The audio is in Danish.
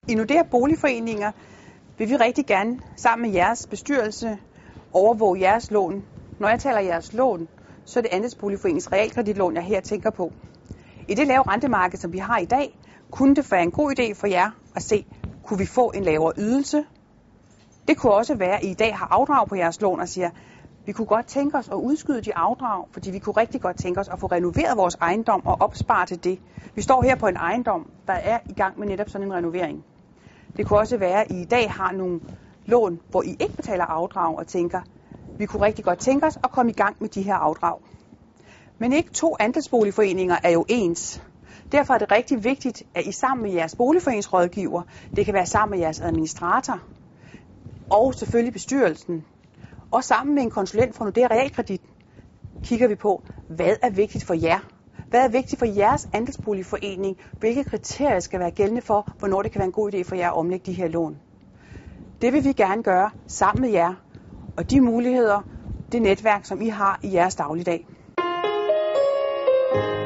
I Nordea Boligforeninger vil vi rigtig gerne sammen med jeres bestyrelse overvåge jeres lån. Når jeg taler jeres lån, så er det andelsboligforeningens realkreditlån, jeg her tænker på. I det lave rentemarked, som vi har i dag, kunne det være en god idé for jer at se, kunne vi få en lavere ydelse? Det kunne også være, at I i dag har afdrag på jeres lån og siger, vi kunne godt tænke os at udskyde de afdrag, fordi vi kunne rigtig godt tænke os at få renoveret vores ejendom og opspare til det. Vi står her på en ejendom, der er i gang med netop sådan en renovering. Det kunne også være, at I i dag har nogle lån, hvor I ikke betaler afdrag og tænker, vi kunne rigtig godt tænke os at komme i gang med de her afdrag. Men ikke to andelsboligforeninger er jo ens. Derfor er det rigtig vigtigt, at I sammen med jeres boligforeningsrådgiver, det kan være sammen med jeres administrator, og selvfølgelig bestyrelsen, og sammen med en konsulent fra Nordea Realkredit, kigger vi på, hvad er vigtigt for jer? Hvad er vigtigt for jeres andelsboligforening? Hvilke kriterier skal være gældende for, hvornår det kan være en god idé for jer at omlægge de her lån? Det vil vi gerne gøre sammen med jer, og de muligheder, det netværk, som I har i jeres dagligdag.